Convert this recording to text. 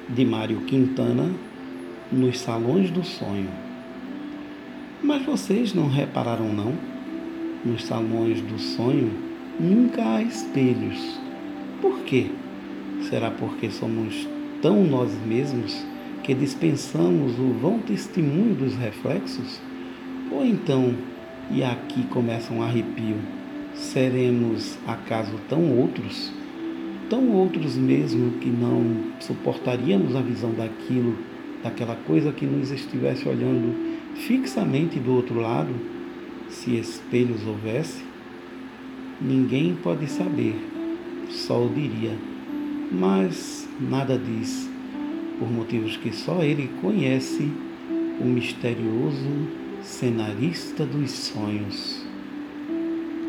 de Mário Quintana, Nos Salões do Sonho. Mas vocês não repararam não? Nos salões do sonho nunca há espelhos. Por quê? Será porque somos tão nós mesmos que dispensamos o vão testemunho dos reflexos? Ou então, e aqui começa um arrepio, seremos acaso tão outros? Tão outros mesmo que não suportaríamos a visão daquela coisa que nos estivesse olhando fixamente do outro lado, se espelhos houvesse? Ninguém pode saber, só o diria, mas nada diz, por motivos que só ele conhece, o misterioso cenarista dos sonhos.